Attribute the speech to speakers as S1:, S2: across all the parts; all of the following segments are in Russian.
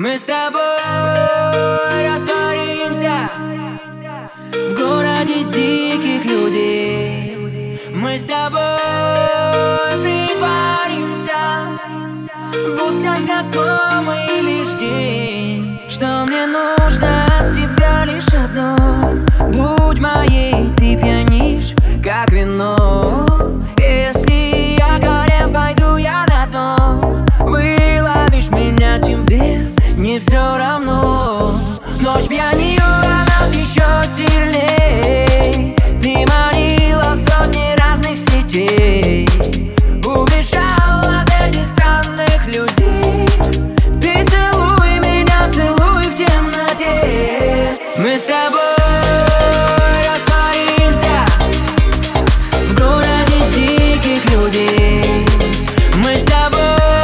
S1: Мы с тобой растворимся в городе диких людей. Мы с тобой притворимся, будто знакомый лишь день. Что мне нужно от тебя лишь одно: будь моей, ты пьянишь, как вино. Если я горем, пойду я на дно. Выловишь меня, тебе не все равно. Ночь пьянила нас еще сильней. Ты манила в сотни разных сетей, убежала от этих странных людей. Ты целуй меня, целуй в темноте. Мы с тобой растворимся в городе диких людей. Мы с тобой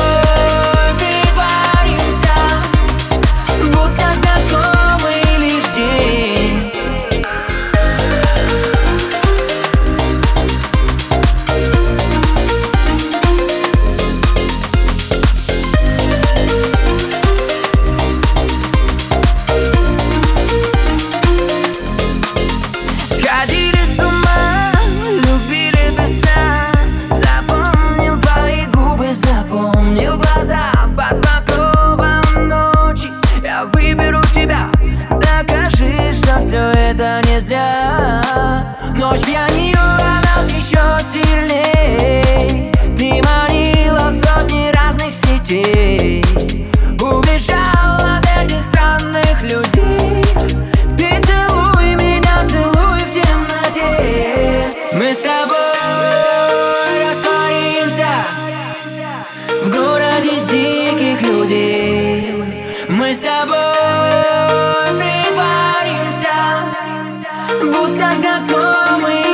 S1: сходили с ума, любили без сна. Запомнил твои губы, запомнил глаза. Под покровом ночи я выберу тебя. Докажи, что все это не зря. Ночь пьянила нас еще сильней. Ты манила в сотни разных сетей, убежала от этих странных людей. Ты целуй меня, целуй в темноте. Мы с тобой растворимся в городе диких людей. Мы с тобой притворимся, будто знакомые